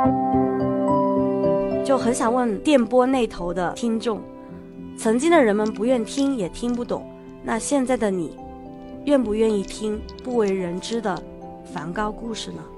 就很想问电波那头的听众，曾经的人们不愿听也听不懂，那现在的你愿不愿意听不为人知的梵高故事呢？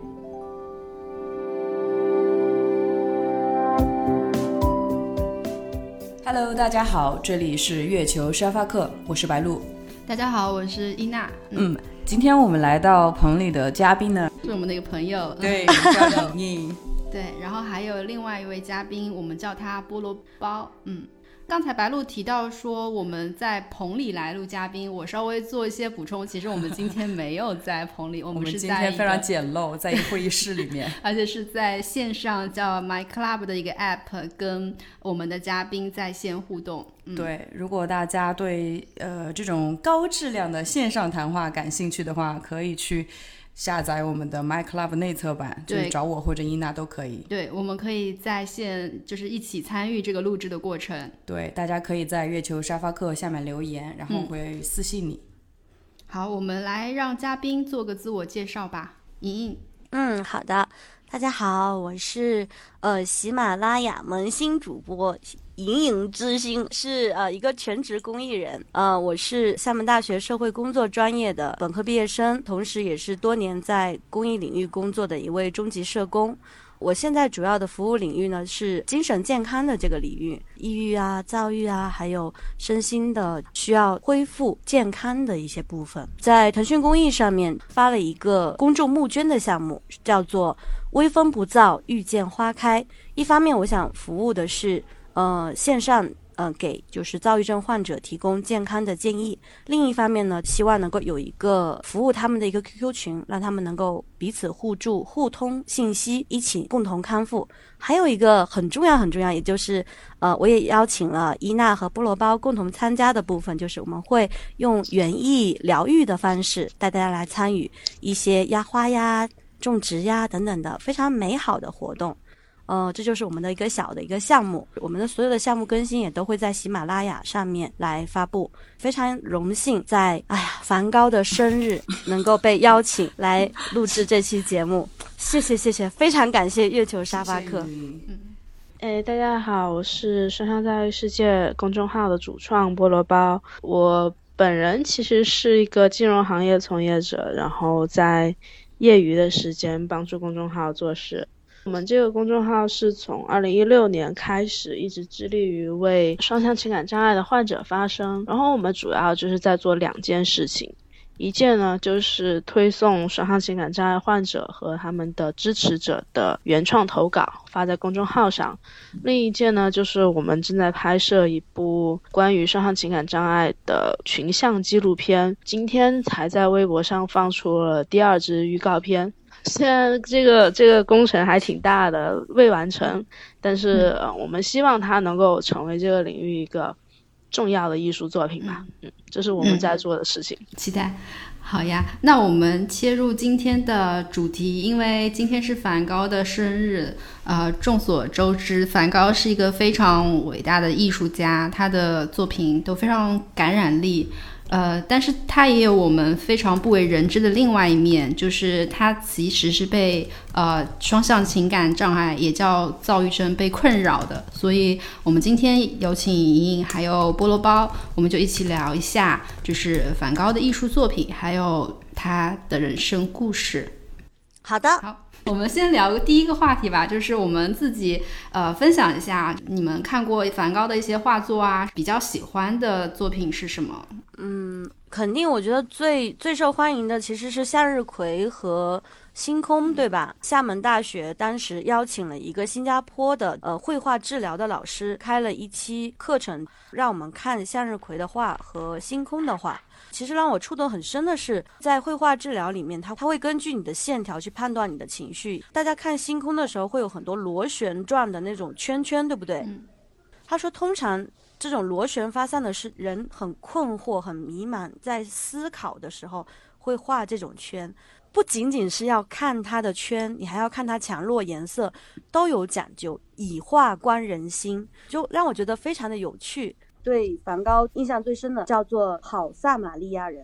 Hello， 大家好，这里是月球沙发客，我是白露。 大家好，我是伊娜。 今天我们来到棚里的嘉宾呢， 是我们的一个朋友， 对，叫莹莹。 对，然后还有另外一位嘉宾，我们叫他菠萝包。刚才白露提到说我们在棚里来录嘉宾，我稍微做一些补充。其实我们今天没有在棚里，我们是在今天非常简陋，在一个会议室里面， 而且是在线上叫 My Club 的一个 app， 跟我们的嘉宾在线互动。 对，如果大家对这种高质量的线上谈话感兴趣的话，可以去下载我们的 My Club 内测版，就是找我或者伊娜都可以。 对，我们可以在线就是一起参与这个录制的过程。 对，大家可以在月球沙发客下面留言，然后会私信你。 好，我们来让嘉宾做个自我介绍吧。莹莹。 好的，大家好，我是喜马拉雅萌新主播莹莹之星，是一个全职公益人。我是厦门大学社会工作专业的本科毕业生，同时也是多年在公益领域工作的一位中级社工。我现在主要的服务领域呢是精神健康的这个领域，抑郁啊、躁郁啊，还有身心的需要恢复健康的一些部分。在腾讯公益上面发了一个公众募捐的项目，叫做微风不燥遇见花开。一方面我想服务的是线上给就是躁郁症患者提供健康的建议，另一方面呢，希望能够有一个服务他们的一个 QQ 群，让他们能够彼此互助、互通信息，一起共同康复。还有一个很重要，也就是我也邀请了伊娜和菠萝包共同参加的部分，就是我们会用园艺疗愈的方式带大家来参与一些压花呀、种植呀等等的非常美好的活动。这就是我们的一个小的一个项目，我们的所有的项目更新也都会在喜马拉雅上面来发布。非常荣幸在梵高的生日能够被邀请来录制这期节目，谢谢，非常感谢月球沙发客。 大家好，我是双向教育世界公众号的主创菠萝包。我本人其实是一个金融行业从业者，然后在业余的时间帮助公众号做事。我们这个公众号是从2016年开始，一直致力于为双向情感障碍的患者发声。然后我们主要就是在做2件事情，一件呢就是推送双向情感障碍患者和他们的支持者的原创投稿发在公众号上，另一件呢就是我们正在拍摄一部关于双向情感障碍的群像纪录片，今天才在微博上放出了第2支预告片。虽然这个工程还挺大的，未完成，但是我们希望它能够成为这个领域一个重要的艺术作品吧。这是我们在做的事情。 期待。好呀，那我们切入今天的主题，因为今天是梵高的生日。众所周知，梵高是一个非常伟大的艺术家，他的作品都非常感染力。但是他也有我们非常不为人知的另外一面，就是他其实是被双向情感障碍，也叫躁郁症被困扰的。所以我们今天有请莹莹还有菠萝包，我们就一起聊一下就是梵高的艺术作品还有他的人生故事。 好的， 好，我们先聊第一个话题吧，就是我们自己分享一下你们看过梵高的一些画作啊，比较喜欢的作品是什么？ 肯定我觉得最受欢迎的其实是向日葵和星空，对吧？厦门大学当时邀请了一个新加坡的绘画治疗的老师，开了一期课程，让我们看向日葵的画和星空的画。其实让我触动很深的是，在绘画治疗里面，它会根据你的线条去判断你的情绪。大家看星空的时候会有很多螺旋状的那种圈圈，对不对？他说通常这种螺旋发散的是人很困惑很迷茫，在思考的时候会画这种圈，不仅仅是要看它的圈，你还要看它强弱颜色都有讲究，以画观人心，就让我觉得非常的有趣。对梵高印象最深的叫做好撒玛利亚人，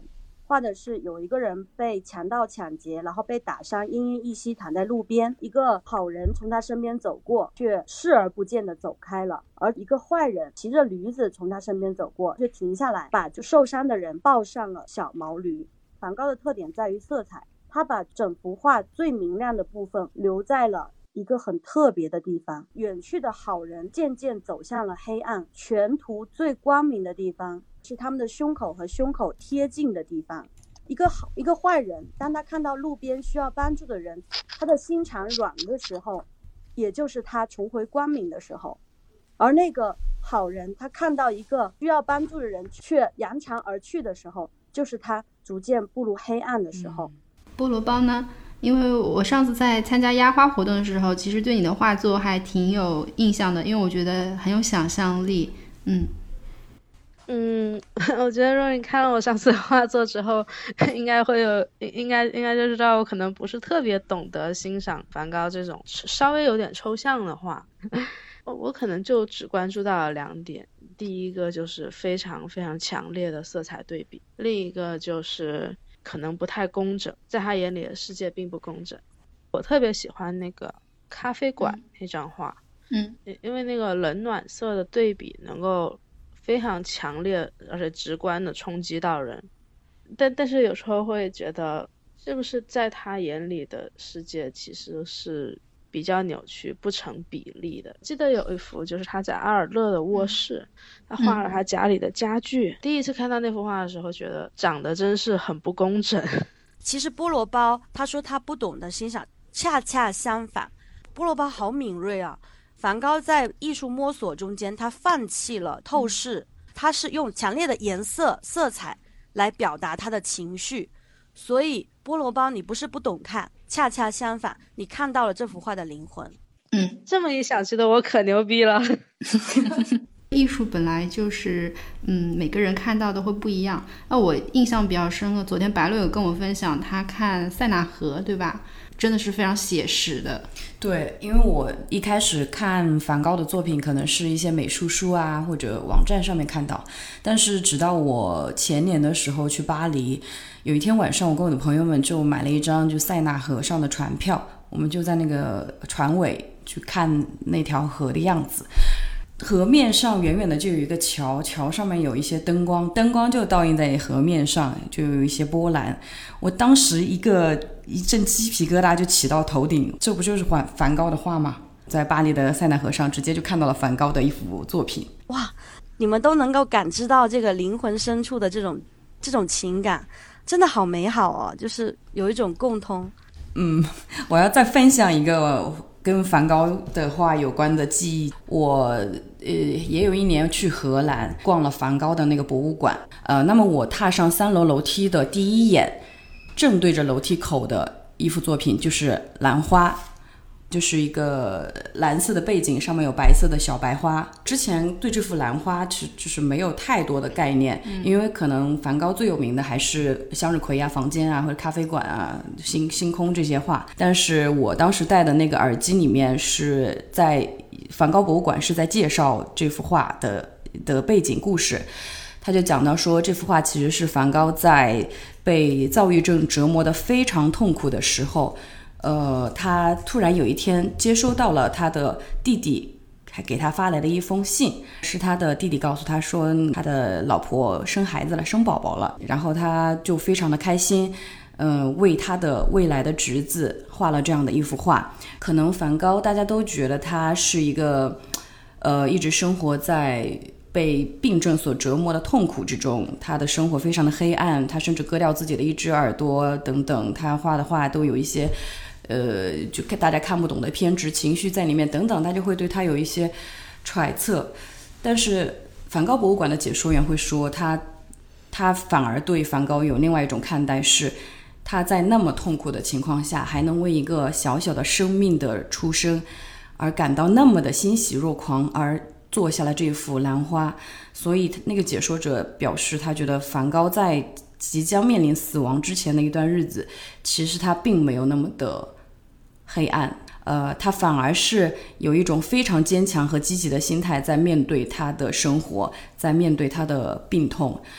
画的是有一个人被强盗抢劫，然后被打伤，奄奄一息躺在路边，一个好人从他身边走过，却视而不见地走开了，而一个坏人骑着驴子从他身边走过，却停下来把就受伤的人抱上了小毛驴。梵高的特点在于色彩，他把整幅画最明亮的部分留在了一个很特别的地方，远去的好人渐渐走向了黑暗，全图最光明的地方是他们的胸口和胸口贴近的地方。一个坏人，当他看到路边需要帮助的人，他的心肠软的时候，也就是他重回光明的时候。而那个好人，他看到一个需要帮助的人却扬长而去的时候，就是他逐渐步入黑暗的时候。 菠萝包呢？因为我上次在参加压花活动的时候，其实对你的画作还挺有印象的，因为我觉得很有想象力。 我觉得如果你看了我上次的画作之后，应该就知道我可能不是特别懂得欣赏梵高这种稍微有点抽象的画。我可能就只关注到了2点，第一个就是非常非常强烈的色彩对比，另一个就是可能不太工整，在他眼里的世界并不工整。我特别喜欢那个咖啡馆那张画，因为那个冷暖色的对比能够非常强烈而且直观的冲击到人，但是有时候会觉得是不是在他眼里的世界其实是比较扭曲不成比例的。记得有一幅就是他在阿尔勒的卧室，他画了他家里的家具，第一次看到那幅画的时候觉得长得真是很不工整。 其实菠萝包他说他不懂得欣赏，恰恰相反，菠萝包好敏锐啊。梵高在艺术摸索中间，他放弃了透视，他是用强烈的颜色色彩来表达他的情绪。所以菠萝包你不是不懂看，恰恰相反，你看到了这幅画的灵魂。 这么一想觉得我可牛逼了。 艺术本来就是每个人看到的会不一样。那我印象比较深了，昨天白鹿有跟我分享他看塞纳河，对吧？真的是非常写实的。 对，因为我一开始看梵高的作品可能是一些美术书啊或者网站上面看到，但是直到我前年的时候去巴黎，有一天晚上我跟我的朋友们就买了一张就塞纳河上的船票，我们就在那个船尾去看那条河的样子。河面上远远的就有一个桥，桥上面有一些灯光，灯光就倒映在河面上，就有一些波澜。我当时一阵鸡皮疙瘩就起到头顶，这不就是梵高的画吗？在巴黎的塞纳河上直接就看到了梵高的一幅作品。 哇，你们都能够感知到这个灵魂深处的这种情感，真的好美好哦，就是有一种共通。 我要再分享一个跟梵高的画有关的记忆。我也有一年去荷兰逛了梵高的那个博物馆，那么我踏上3楼楼梯的第一眼，正对着楼梯口的一幅作品就是兰花，就是一个蓝色的背景，上面有白色的小白花。之前对这幅兰花就是没有太多的概念，因为可能梵高最有名的还是向日葵啊、房间啊或者咖啡馆啊、星空这些画。但是我当时戴的那个耳机里面是在梵高博物馆是在介绍这幅画的背景故事，他就讲到说这幅画其实是梵高在被躁郁症折磨得非常痛苦的时候，他突然有一天接收到了他的弟弟给他发来的一封信，是他的弟弟告诉他说他的老婆生孩子了，生宝宝了，然后他就非常的开心，为他的未来的侄子画了这样的一幅画。可能梵高大家都觉得他是一个一直生活在被病症所折磨的痛苦之中，他的生活非常的黑暗，他甚至割掉自己的一只耳朵等等，他画的画都有一些就大家看不懂的偏执情绪在里面等等，他就会对他有一些揣测。但是梵高博物馆的解说员会说他反而对梵高有另外一种看待，是他在那么痛苦的情况下还能为一个小小的生命的出生而感到那么的欣喜若狂，而做下了这幅兰花。所以那个解说者表示他觉得梵高在即将面临死亡之前的一段日子，其实他并没有那么的黑暗，他反而是有一种非常坚强和积极的心态在面对他的生活，在面对他的病痛。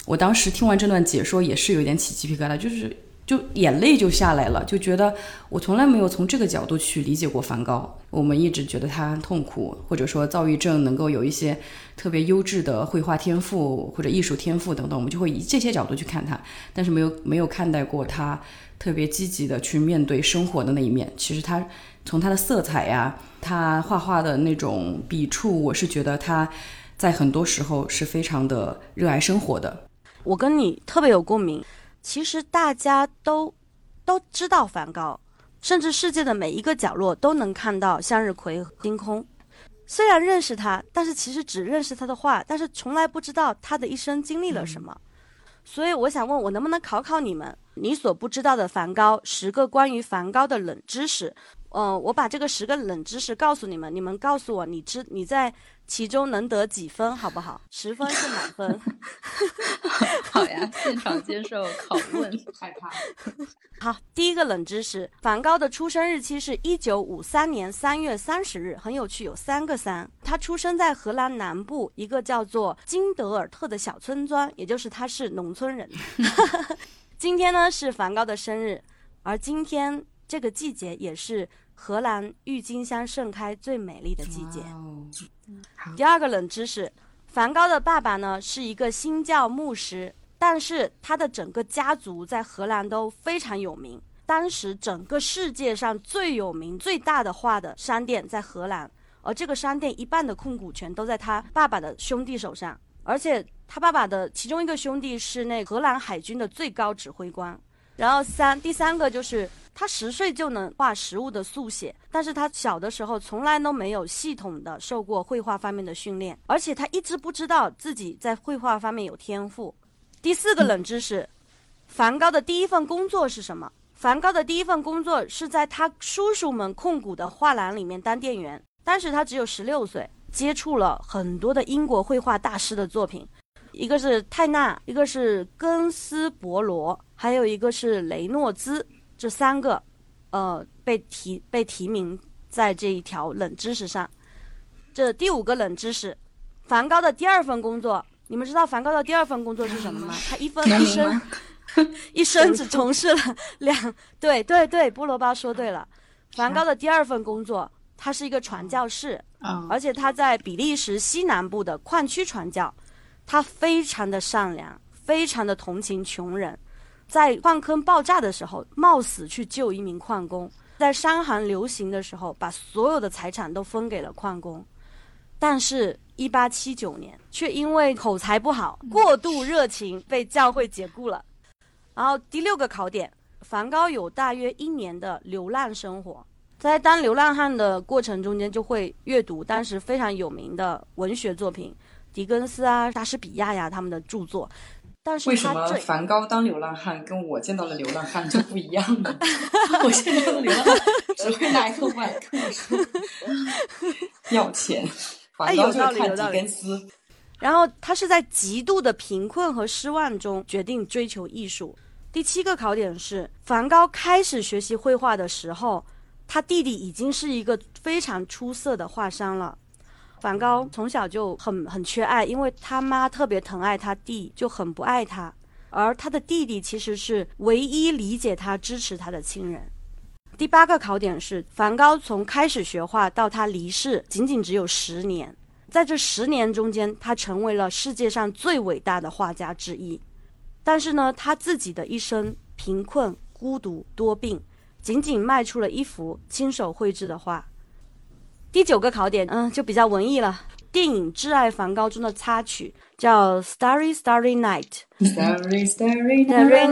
我当时听完这段解说也是有点起鸡皮疙瘩，就眼泪就下来了，就觉得我从来没有从这个角度去理解过梵高。我们一直觉得他痛苦，或者说躁郁症能够有一些特别优质的绘画天赋或者艺术天赋等等，我们就会以这些角度去看他，但是没有看待过他特别积极的去面对生活的那一面。其实他从他的色彩呀，他画画的那种笔触，我是觉得他在很多时候是非常的热爱生活的。 我跟你特别有共鸣。其实大家都知道梵高，甚至世界的每一个角落都能看到向日葵和星空。虽然认识他，但是其实只认识他的画，但是从来不知道他的一生经历了什么。所以我想问，我能不能考考你们，你所不知道的梵高10个关于梵高的冷知识。我把这个10个冷知识告诉你们，你们告诉我你在其中能得几分，好不好？10分是满分。 好呀，现场接受拷问。害怕。 好，第一个冷知识，梵高的出生日期是1953年3月30日，很有趣，有3个3。他出生在荷兰南部一个叫做金德尔特的小村庄，也就是他是农村人。今天呢是梵高的生日，而今天这个季节也是荷兰郁金香盛开最美丽的季节。第二个冷知识，梵高的爸爸呢是一个新教牧师，但是他的整个家族在荷兰都非常有名。当时整个世界上最有名最大的画的商店在荷兰，而这个商店一半的控股权都在他爸爸的兄弟手上，而且他爸爸的其中一个兄弟是那荷兰海军的最高指挥官。然后第三个就是他10岁就能画实物的速写，但是他小的时候从来都没有系统的受过绘画方面的训练，而且他一直不知道自己在绘画方面有天赋。第4个冷知识，梵高的第一份工作是什么？梵高的第一份工作是在他叔叔们控股的画廊里面当店员，当时他只有16岁，接触了很多的英国绘画大师的作品，一个是泰纳，一个是根斯伯罗，还有一个是雷诺兹，这3个被提名在这一条冷知识上。这第5个冷知识，梵高的第2份工作，你们知道梵高的第2份工作是什么吗？他一生只从事了对，菠萝包说对了，梵高的第2份工作，他是一个传教士，而且他在比利时西南部的矿区传教。他非常的善良，非常的同情穷人，在矿坑爆炸的时候冒死去救一名矿工，在伤寒流行的时候把所有的财产都分给了矿工。但是1879年却因为口才不好，过度热情，被教会解雇了。然后第6个考点，梵高有大约1年的流浪生活，在当流浪汉的过程中间就会阅读当时非常有名的文学作品，狄更斯啊、莎士比亚呀他们的著作。但是为什么梵高当流浪汉跟我见到的流浪汉就不一样呢？我见到的流浪汉只会拿一个外科书要钱，梵高就看狄更斯。 然后他是在极度的贫困和失望中决定追求艺术。第7个考点是，梵高开始学习绘画的时候，他弟弟已经是一个非常出色的画商了。梵高从小就很缺爱，因为他妈特别疼爱他弟，就很不爱他，而他的弟弟其实是唯一理解他支持他的亲人。第8个考点是，梵高从开始学画到他离世仅仅只有10年，在这10年中间，他成为了世界上最伟大的画家之一。但是呢，他自己的一生贫困、孤独、多病，仅仅卖出了1幅亲手绘制的画。第9个考点，就比较文艺了。电影《挚爱梵高》中的插曲叫 Starry Starry Night。Starry Starry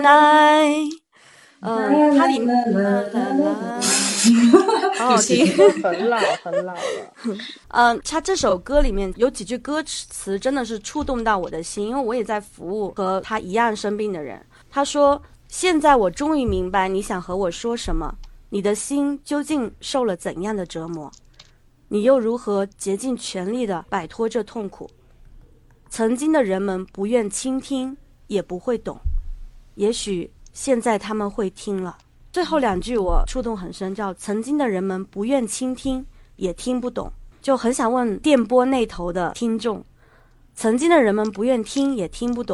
Night。它里面好好听， 很老了。 他这首歌里面有几句歌词真的是触动到我的心，因为我也在服务和他一样生病的人。他说：“现在我终于明白你想和我说什么，你的心究竟受了怎样的折磨？你又如何竭尽全力地摆脱这痛苦？曾经的人们不愿倾听，也不会懂，也许现在他们会听了。”最后2句我触动很深，叫曾经的人们不愿倾听，也听不懂。就很想问电波那头的听众，曾经的人们不愿听，也听不懂，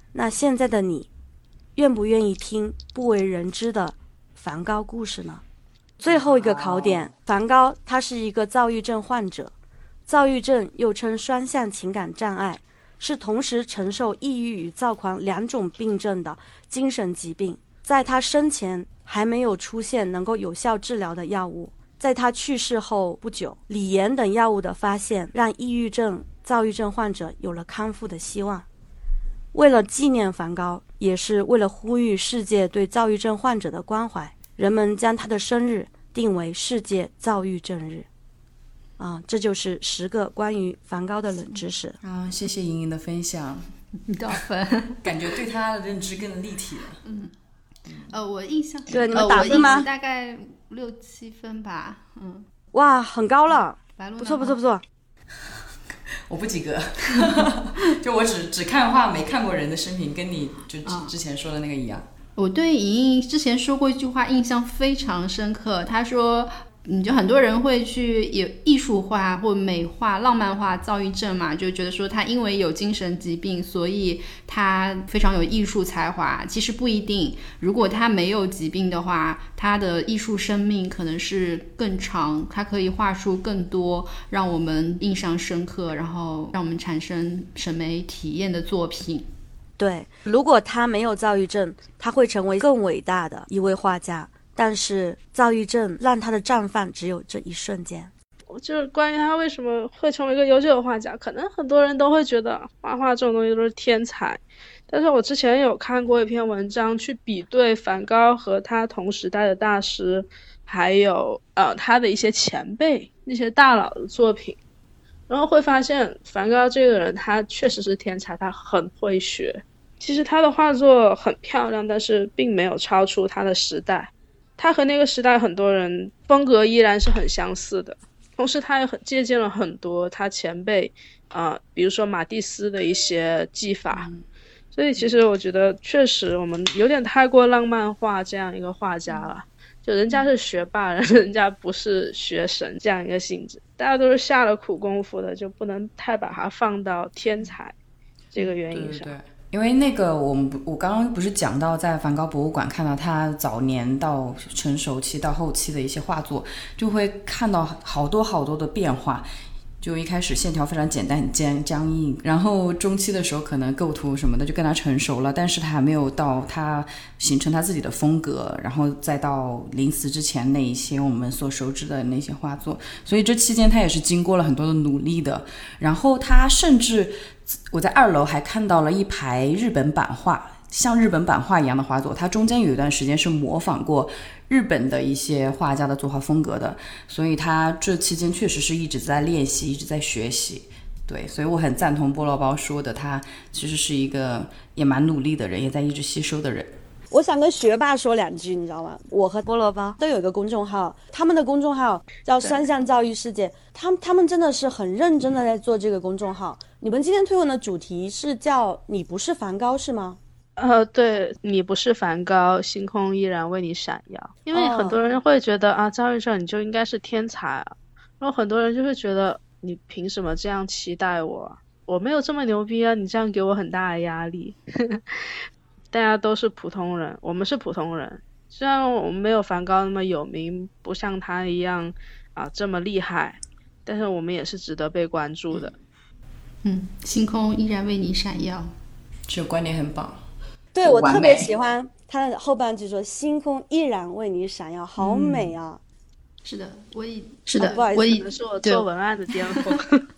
那现在的你，愿不愿意听不为人知的梵高故事呢？最后一个考点，梵高他是一个躁郁症患者，躁郁症又称双向情感障碍，是同时承受抑郁与躁狂2种病症的精神疾病。在他生前还没有出现能够有效治疗的药物，在他去世后不久，锂盐等药物的发现让抑郁症、躁郁症患者有了康复的希望。为了纪念梵高，也是为了呼吁世界对躁郁症患者的关怀，人们将他的生日定为世界躁郁症日。这就是10个关于梵高的冷知识。 谢谢莹莹的分享。 你多少分？ 感觉对他的认知更立体了。 我印象对你们打分吗？ 大概6、7分吧。 哇，很高了， 不错不错不错。 我不及格，就我只看画没看过人的生平，跟你就之前说的那个一样。 我对莹莹之前说过一句话印象非常深刻，她说就很多人会去有艺术化或美化、浪漫化躁郁症嘛，就觉得说他因为有精神疾病，所以他非常有艺术才华。其实不一定，如果他没有疾病的话，他的艺术生命可能是更长，他可以画出更多让我们印象深刻，然后让我们产生审美体验的作品。 对，如果他没有躁郁症，他会成为更伟大的一位画家。但是躁郁症让他的绽放只有这一瞬间。 就是关于他为什么会成为一个优秀的画家，可能很多人都会觉得画画这种东西都是天才，但是我之前有看过一篇文章去比对梵高和他同时代的大师，还有他的一些前辈那些大佬的作品，然后会发现梵高这个人他确实是天才，他很会学。其实他的画作很漂亮，但是并没有超出他的时代，他和那个时代很多人风格依然是很相似的，同时他也很借鉴了很多他前辈比如说马蒂斯的一些技法。所以其实我觉得确实我们有点太过浪漫化这样一个画家了，就人家是学霸，人家不是学神这样一个性质，大家都是下了苦功夫的，就不能太把它放到天才这个原因上。 对，因为那个我刚刚不是讲到在梵高博物馆看到他早年到成熟期到后期的一些画作，就会看到好多好多的变化。就一开始线条非常简单很僵硬，然后中期的时候可能构图什么的就更加成熟了，但是他还没有到他形成他自己的风格，然后再到临死之前那一些我们所熟知的那些画作，所以这期间他也是经过了很多的努力的。然后他甚至我在2楼还看到了一排日本版画，像日本版画一样的画作，它中间有一段时间是模仿过日本的一些画家的作画风格的，所以他这期间确实是一直在练习，一直在学习。对，所以我很赞同菠萝包说的，他其实是一个也蛮努力的人，也在一直吸收的人。 我想跟学霸说2句，你知道吗？我和菠萝包都有一个公众号，他们的公众号叫双向躁郁世界，他们真的是很认真的在做这个公众号。你们今天推文的主题是叫你不是梵高是吗？ 对，你不是梵高，星空依然为你闪耀。因为很多人会觉得躁郁症你就应该是天才啊，然后很多人就会觉得你凭什么这样期待我？我没有这么牛逼啊，你这样给我很大的压力。大家都是普通人，我们是普通人，虽然我们没有梵高那么有名，不像他一样这么厉害，但是我们也是值得被关注的。 星空依然为你闪耀， 这个观点很棒。 对，我特别喜欢他的后半句说星空依然为你闪耀，好美啊。 是的，我也是的， 不好意思， 可能是我做文案的巅峰。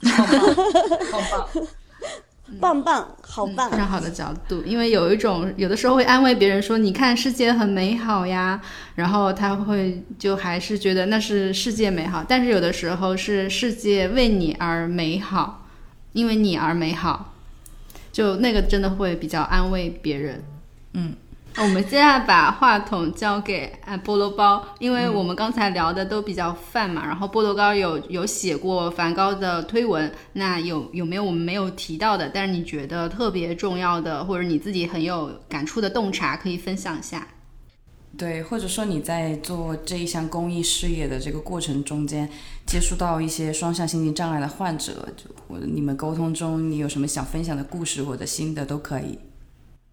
棒棒，好棒， 非常好的角度。因为有的时候会安慰别人说你看世界很美好呀，然后他会就还是觉得那是世界美好，但是有的时候是世界为你而美好，因为你而美好，就那个真的会比较安慰别人。我们接下来把话筒交给菠萝包，因为我们刚才聊的都比较泛嘛，然后菠萝包有写过梵高的推文，那有没有我们没有提到的，但是你觉得特别重要的，或者你自己很有感触的洞察可以分享一下？ 对，或者说你在做这一项公益事业的这个过程中间，接触到一些双向心理障碍的患者，或者你们沟通中你有什么想分享的故事或者心得都可以。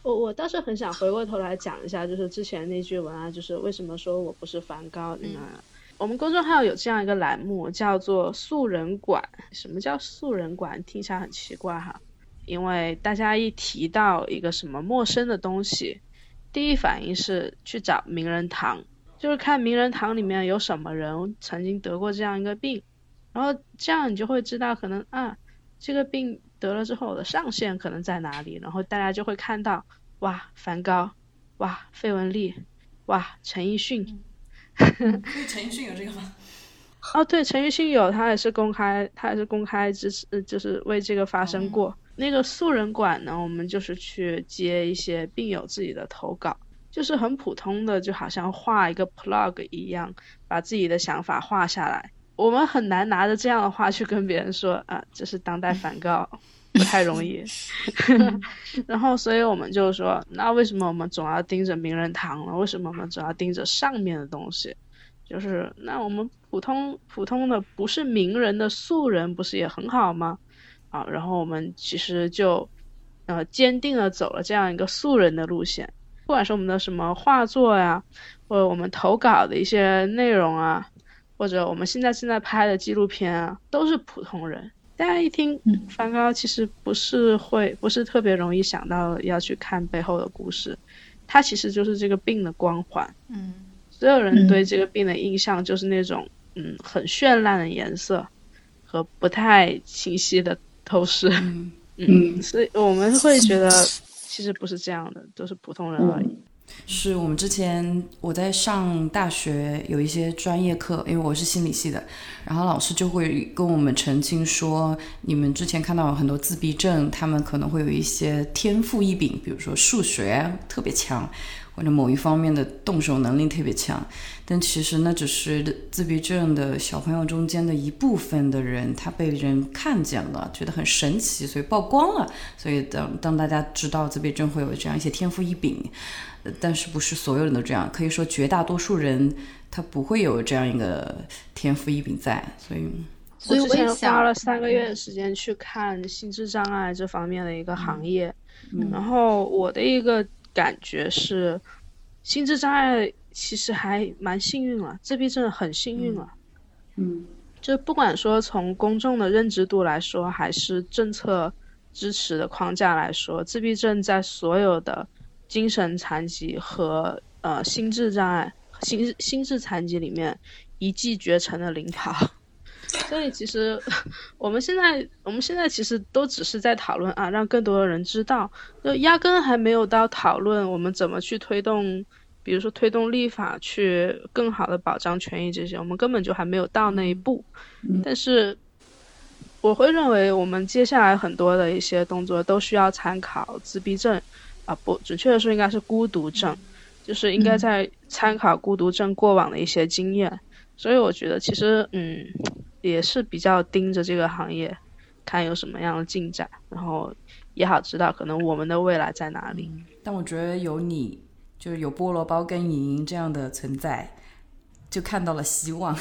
我倒是很想回过头来讲一下，就是之前那句文案，就是为什么说我不是梵高。我们公众号有这样一个栏目叫做素人馆。什么叫素人馆？听起来很奇怪哈，因为大家一提到一个什么陌生的东西，第一反应是去找名人堂，就是看名人堂里面有什么人曾经得过这样一个病，然后这样你就会知道可能这个病得了之后的上限可能在哪里，然后大家就会看到哇梵高，哇费雯丽，哇陈奕迅。 陈奕迅有这个吗？ 对，陈奕迅有，他也是公开支持，就是为这个发声过。那个素人馆呢，我们就是去接一些病友自己的投稿，就是很普通的，就好像画一个 plug 一样，把自己的想法画下来。我们很难拿着这样的话去跟别人说这是当代梵高，不太容易。然后所以我们就说，那为什么我们总要盯着名人堂呢？为什么我们总要盯着上面的东西？就是那我们普通的不是名人的素人不是也很好吗？然后我们其实就坚定的走了这样一个素人的路线，不管是我们的什么画作呀，或者我们投稿的一些内容啊，或者我们现在拍的纪录片啊，都是普通人。大家一听梵高，其实不是特别容易想到要去看背后的故事，它其实就是这个病的光环。所有人对这个病的印象就是那种很绚烂的颜色和不太清晰的透视。所以我们会觉得其实不是这样的，都是普通人而已。 是我在上大学有一些专业课，因为我是心理系的，然后老师就会跟我们澄清说，你们之前看到很多自闭症，他们可能会有一些天赋异禀，比如说数学特别强，或者某一方面的动手能力特别强，但其实那只是自闭症的小朋友中间的一部分的人，他被人看见了，觉得很神奇，所以曝光了，所以当大家知道自闭症会有这样一些天赋异禀，但是不是所有人都这样，可以说绝大多数人他不会有这样一个天赋异禀在， 所以我之前花了3个月的时间去看心智障碍这方面的一个行业，然后我的一个感觉是，心智障碍其实还蛮幸运了，自闭症很幸运了。就不管说从公众的认知度来说，还是政策支持的框架来说，自闭症在所有的精神残疾和心智障碍、心智残疾里面一骑绝尘的领跑。所以其实我们现在其实都只是在讨论让更多的人知道，就压根还没有到讨论我们怎么去推动，比如说推动立法去更好的保障权益这些，我们根本就还没有到那一步。但是我会认为我们接下来很多的一些动作都需要参考自闭症不准确的说应该是孤独症，就是应该在参考孤独症过往的一些经验。所以我觉得其实也是比较盯着这个行业看有什么样的进展，然后也好知道可能我们的未来在哪里。 但我觉得有你，就是有菠萝包跟莹莹这样的存在，就看到了希望。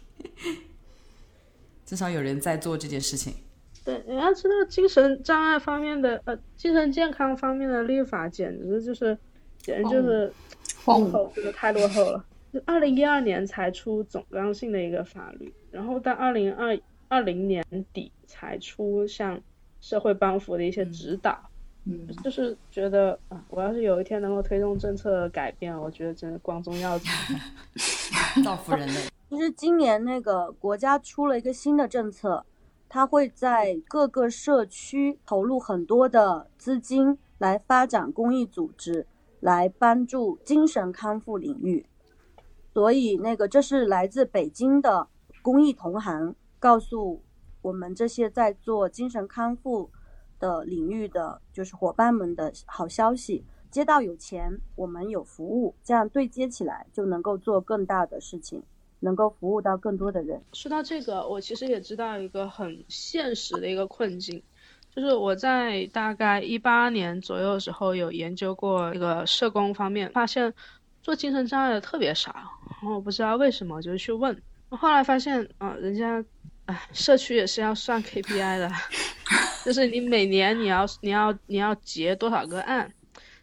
至少有人在做这件事情。 对，你要知道精神障碍方面的精神健康方面的立法简直就是落后，这个太落后了。就2012年才出总纲性的一个法律，然后到2020年底才出像社会帮扶的一些指导。就是觉得我要是有一天能够推动政策改变，我觉得真的光宗耀祖。 造福人类。 其实今年那个国家出了一个新的政策，它会在各个社区投入很多的资金来发展公益组织，来帮助精神康复领域。所以这是来自北京的公益同行告诉我们这些在做精神康复的领域的就是伙伴们的好消息。街道有钱，我们有服务，这样对接起来就能够做更大的事情，能够服务到更多的人。 说到这个，我其实也知道一个很现实的一个困境，就是我在大概18年左右的时候有研究过这个社工方面，发现做精神障碍的特别少，然后我不知道为什么，就去问，后来发现人家社区也是要算 KPI 的，就是你每年你要结多少个案，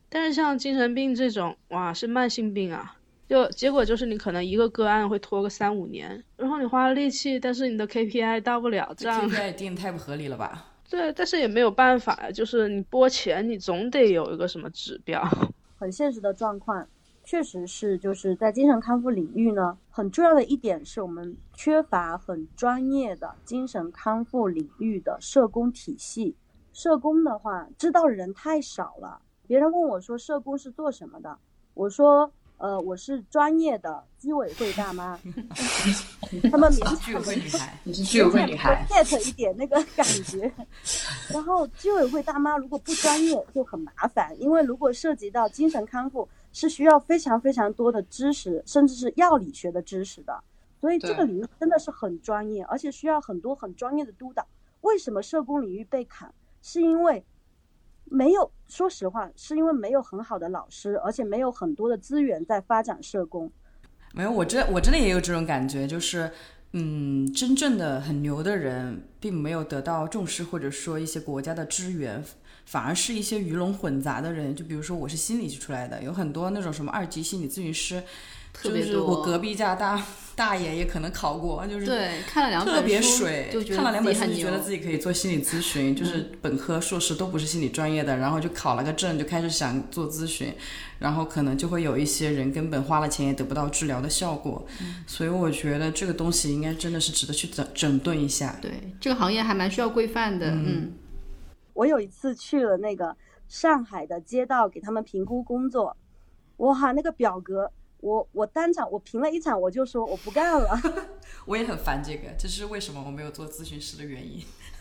但是像精神病这种，哇，是慢性病啊，就结果就是你可能一个个案会拖个3-5年，然后你花了力气，但是你的 KPI 到不了，这样 KPI 定太不合理了吧？ 对，但是也没有办法呀，就是你拨钱，你总得有一个什么指标。 很现实的状况，确实是就是在精神康复领域呢，很重要的一点是我们缺乏很专业的精神康复领域的社工体系。社工的话，知道的人太少了。别人问我说社工是做什么的，我说我是专业的居委会大妈。他们勉强居委会女孩，你是居委会女孩 get 一点那个感觉。然后居委会大妈如果不专业就很麻烦，因为如果涉及到精神康复是需要非常非常多的知识，甚至是药理学的知识的，所以这个领域真的是很专业，而且需要很多很专业的督导。为什么社工领域被砍？是因为没有，说实话，是因为没有很好的老师，而且没有很多的资源在发展社工。 没有，我真的也有这种感觉，就是真正的很牛的人并没有得到重视，或者说一些国家的支援，反而是一些鱼龙混杂的人。就比如说我是心理系出来的，有很多那种什么2级心理咨询师， 特别多， 就是我隔壁家大爷也可能考过，就是对，看了2本书特别水， 就觉得看了2本书就觉得自己可以做心理咨询，就是本科硕士都不是心理专业的，然后就考了个证，就开始想做咨询，然后可能就会有一些人根本花了钱也得不到治疗的效果。所以我觉得这个东西应该真的是值得去整顿一下。 对，这个行业还蛮需要规范的。 我有一次去了那个上海的街道给他们评估工作，哇，那个表格我当场我评了一场，我就说我不干了。 我也很烦这个，这是为什么我没有做咨询师的原因。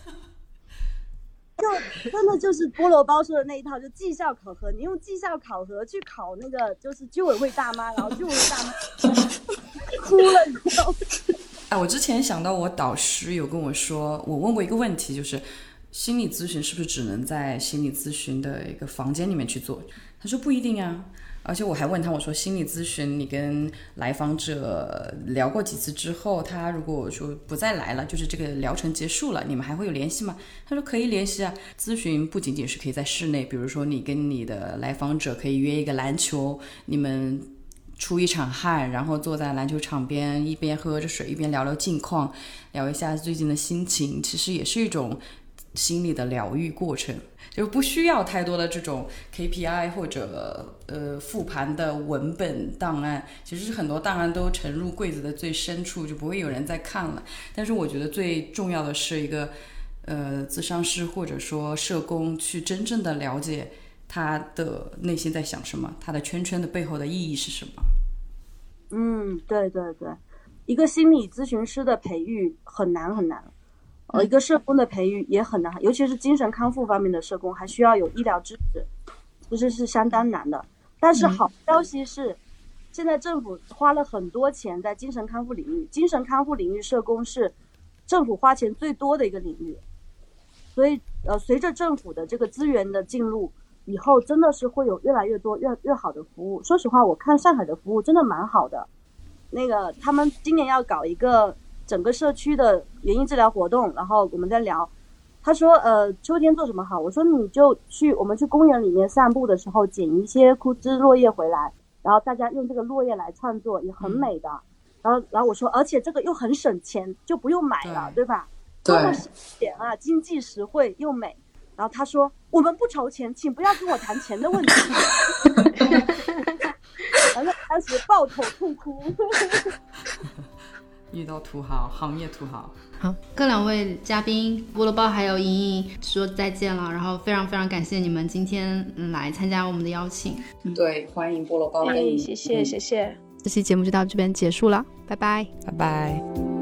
就真的就是菠萝包说的那一套，就绩效考核，你用绩效考核去考那个就是居委会大妈，然后居委会大妈哭了，你知道吗？ 我之前想到我导师有跟我说，我问过一个问题，就是心理咨询是不是只能在心理咨询的一个房间里面去做？他说不一定啊。而且我还问他，我说心理咨询你跟来访者聊过几次之后，他如果说不再来了，就是这个疗程结束了，你们还会有联系吗？他说可以联系啊。咨询不仅仅是可以在室内，比如说你跟你的来访者可以约一个篮球，你们出一场汗，然后坐在篮球场边，一边喝着水一边聊聊近况，聊一下最近的心情，其实也是一种心理的疗愈过程，就不需要太多的这种 KPI 或者复盘的文本档案。其实很多档案都沉入柜子的最深处，就不会有人再看了。但是我觉得最重要的是一个咨商师或者说社工去真正的了解他的内心在想什么，他的圈圈的背后的意义是什么。 对对对，一个心理咨询师的培育很难很难。一个社工的培育也很难，尤其是精神康复方面的社工，还需要有医疗知识，其实是相当难的。但是好消息是，现在政府花了很多钱在精神康复领域，精神康复领域社工是政府花钱最多的一个领域。所以随着政府的这个资源的进入，以后真的是会有越来越多越好的服务。说实话，我看上海的服务真的蛮好的。那个他们今年要搞一个整个社区的园艺治疗活动，然后我们在聊，他说秋天做什么好？我说你就我们去公园里面散步的时候捡一些枯枝落叶回来，然后大家用这个落叶来创作，也很美的。然后我说，而且这个又很省钱，就不用买了， 对吧？多么省钱啊，经济实惠又美。然后他说我们不筹钱，请不要跟我谈钱的问题。然后当时抱头痛哭。 遇到土豪，行业土豪。 好，跟2位嘉宾菠萝包还有莹莹说再见了，然后非常非常感谢你们今天来参加我们的邀请。 对，欢迎菠萝包跟莹莹。 谢谢。 这期节目就到这边结束了，拜拜， 拜拜。